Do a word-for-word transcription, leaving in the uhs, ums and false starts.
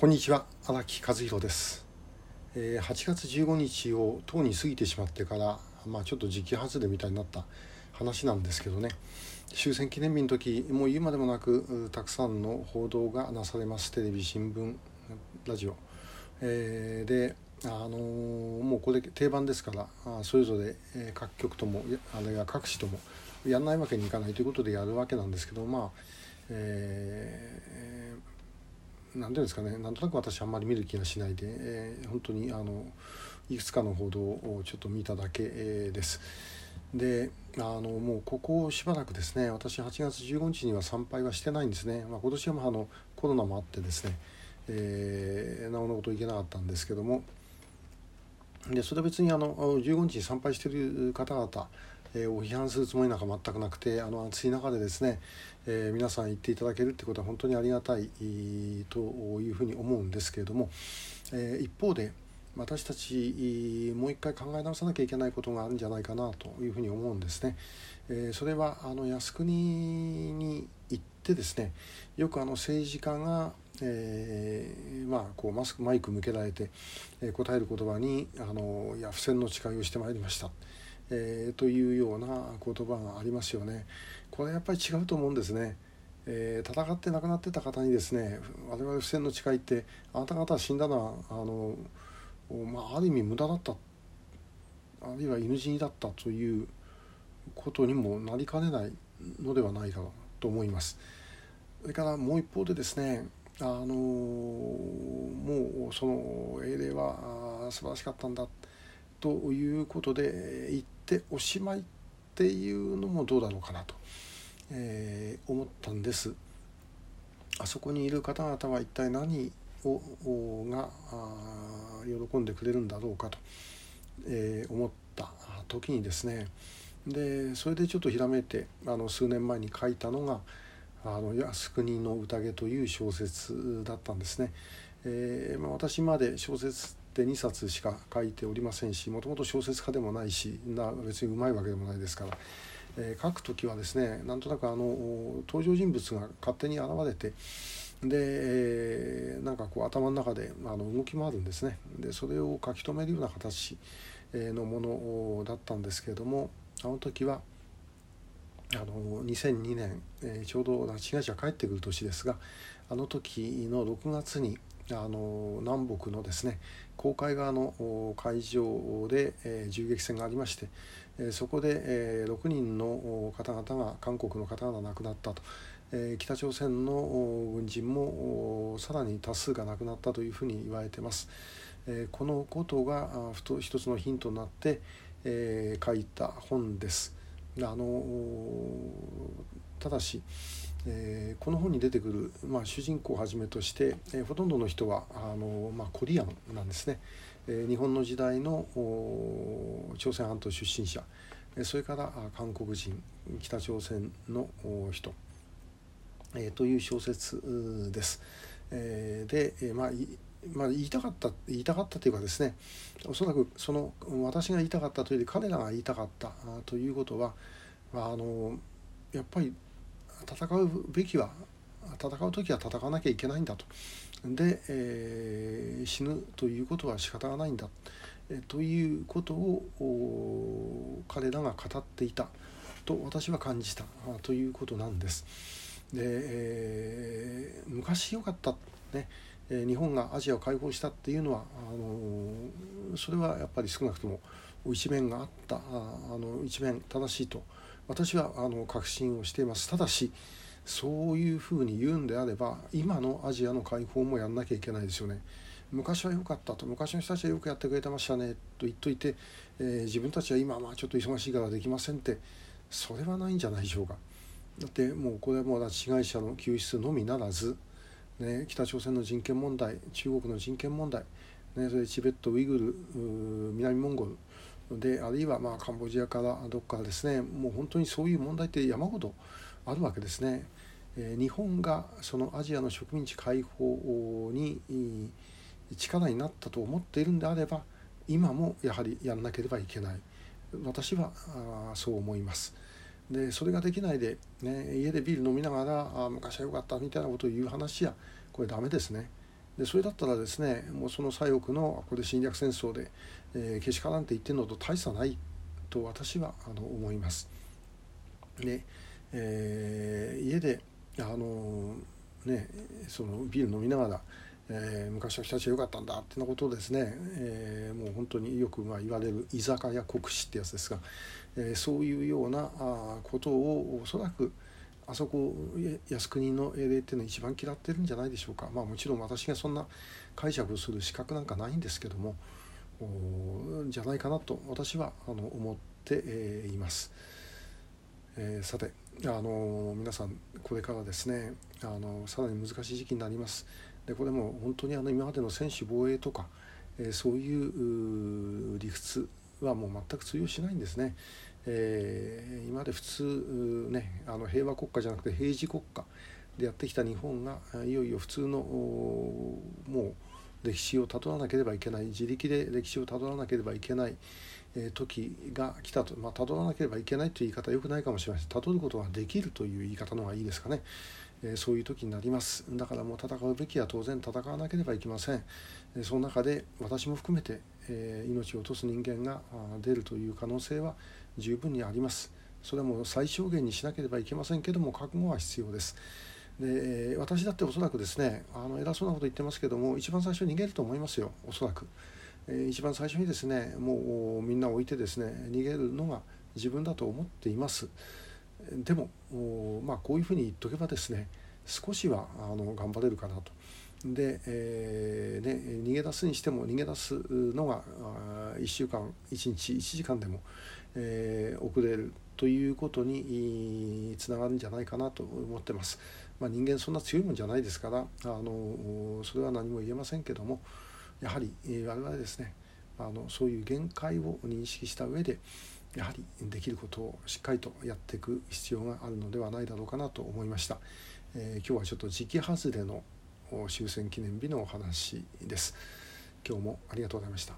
こんにちは、荒木和弘です。えー、はちがつじゅうごにちをとうに過ぎてしまってから、まあ、ちょっと時期外れみたいになった話なんですけどね、終戦記念日の時、もう言うまでもなくたくさんの報道がなされます。テレビ、新聞、ラジオ、えー、で、あのー、もうこれ定番ですから、それぞれ各局ともあるいは各紙ともやらないわけにいかないということでやるわけなんですけど、まあえーなんていうんですかね、なんとなく私あんまり見る気がしないで、えー、本当にあのいくつかの報道をちょっと見ただけ、えー、です。で、あのもうここしばらくですね、私はちがつじゅうごにちには参拝はしてないんですね。まあ、今年はまああのコロナもあってですね、えー、なおのこと行けなかったんですけども、でそれは別にあのじゅうごにちに参拝している方々えー、を批判するつもりなんか全くなくて、あの暑い中でですね、えー、皆さん言っていただけるってことは本当にありがたいというふうに思うんですけれども、えー、一方で私たちもう一回考え直さなきゃいけないことがあるんじゃないかなというふうに思うんですね。えー、それはあの靖国に行ってですね、よくあの政治家がえーまあ、こうマスクマイク向けられて、えー、答える言葉にあのいや不戦の誓いをしてまいりました、えー、というような言葉がありますよね。これやっぱり違うと思うんですね。えー、戦って亡くなってた方にですね、我々不戦の誓いってあなた方は死んだのはあの、まあ、ある意味無駄だった、あるいは犬死にだったということにもなりかねないのではないかと思います。それからもう一方でですね、あのもうその英霊は素晴らしかったんだということで言っておしまいっていうのもどうだろうかなと、えー、思ったんです。あそこにいる方々は一体何をが喜んでくれるんだろうかと、えー、思った時にですね、でそれでちょっとひらめいてあの数年前に書いたのがあの靖国の宴という小説だったんですね。えーまあ、私まで小説ってにさつしか書いておりませんし、もともと小説家でもないしな別にうまいわけでもないですから、えー、書くときはですね、なんとなくあの登場人物が勝手に現れて、で、えー、なんかこう頭の中であの動き回るんですね。でそれを書き留めるような形のものだったんですけれども、あの時はあのにせんにねん、えー、ちょうど拉致被害者が帰ってくる年ですが、あの時のろくがつにあの南北のですね公海側の海上で、えー、銃撃戦がありまして、えー、そこで、えー、ろくにんの方々が韓国の方々が亡くなったと、えー、北朝鮮の軍人もさらに多数が亡くなったというふうに言われています。えー、このことがふと一つのヒントになって、えー、書いた本です。あのただし、えー、この本に出てくる、まあ、主人公をはじめとして、えー、ほとんどの人はあの、まあ、コリアンなんですね。えー、日本の時代の朝鮮半島出身者、それから韓国人、北朝鮮の人、えー、という小説です。えー、で、えーまあまあ、言いたかった言いたかったというかですね、おそらくその私が言いたかったというより彼らが言いたかったということは、まあ、あのやっぱり戦うべきは戦う時は戦わなきゃいけないんだと。で、えー、死ぬということは仕方がないんだ、えー、ということを彼らが語っていたと私は感じたということなんです。で、えー、昔よかったね、日本がアジアを解放したっていうのはあのそれはやっぱり少なくとも一面があったあの一面正しいと私はあの確信をしています。ただしそういうふうに言うんであれば今のアジアの解放もやんなきゃいけないですよね。昔は良かったと、昔の人たちはよくやってくれてましたねと言っといて、えー、自分たちは今はまあちょっと忙しいからできませんって、それはないんじゃないでしょうか。だってもうこれはもう拉致被害者の救出のみならず、ね、北朝鮮の人権問題、中国の人権問題、ね、それチベット、ウイグル、南モンゴルで、あるいはまあカンボジアからどっかですね、もう本当にそういう問題って山ほどあるわけですね。えー、日本がそのアジアの植民地解放に力になったと思っているんであれば、今もやはりやんなければいけない。私はそう思います。でそれができないで、ね、家でビール飲みながらあ昔は良かったみたいなことを言う話やこれダメですね。 でそれだったらですね、もうその左翼のこれ侵略戦争で、えー、けしからんって言ってるのと大差ないと私はあの思います。で、えー、家であのねそのビール飲みながら、えー、昔は北朝鮮良かったんだってなことをですね、えー、もう本当によくまあ言われる居酒屋国史ってやつですが、えー、そういうようなあことをおそらくあそこ靖国の英霊っていうのを一番嫌ってるんじゃないでしょうか。まあもちろん私がそんな解釈をする資格なんかないんですけども、じゃないかなと私はあの思って、えー、います。えー、さてあの皆さんこれからですねあのさらに難しい時期になります。でこれも本当にあの今までの専守防衛とか、えー、そういう理屈はもう全く通用しないんですね。えー、今まで普通ねあの平和国家じゃなくて平時国家でやってきた日本がいよいよ普通のもう歴史をたどらなければいけない、自力で歴史をたどらなければいけない時が来たと、まあ、たどらなければいけないという言い方は良くないかもしれません。たどることができるという言い方の方がいいですかね。えー、そういう時になります。だからもう戦うべきは当然戦わなければいけません。えー、その中で私も含めて、えー、命を落とす人間が出るという可能性は十分にあります。それも最小限にしなければいけませんけども、覚悟は必要です。で私だっておそらくですねあの偉そうなこと言ってますけども、一番最初に逃げると思いますよ、おそらく。えー、一番最初にですねもうみんな置いてですね逃げるのが自分だと思っています。でもまあこういうふうに言っとけばですね少しはあの頑張れるかなと。で、えーね、逃げ出すにしても逃げ出すのがいっしゅうかんいちにちいちじかんでも、えー、遅れるということにつながるんじゃないかなと思ってます。まあ、人間そんな強いもんじゃないですからあのそれは何も言えませんけども、やはり我々ですねあのそういう限界を認識した上でやはりできることをしっかりとやっていく必要があるのではないだろうかなと思いました。えー、今日はちょっと時期外れの終戦記念日のお話です。今日もありがとうございました。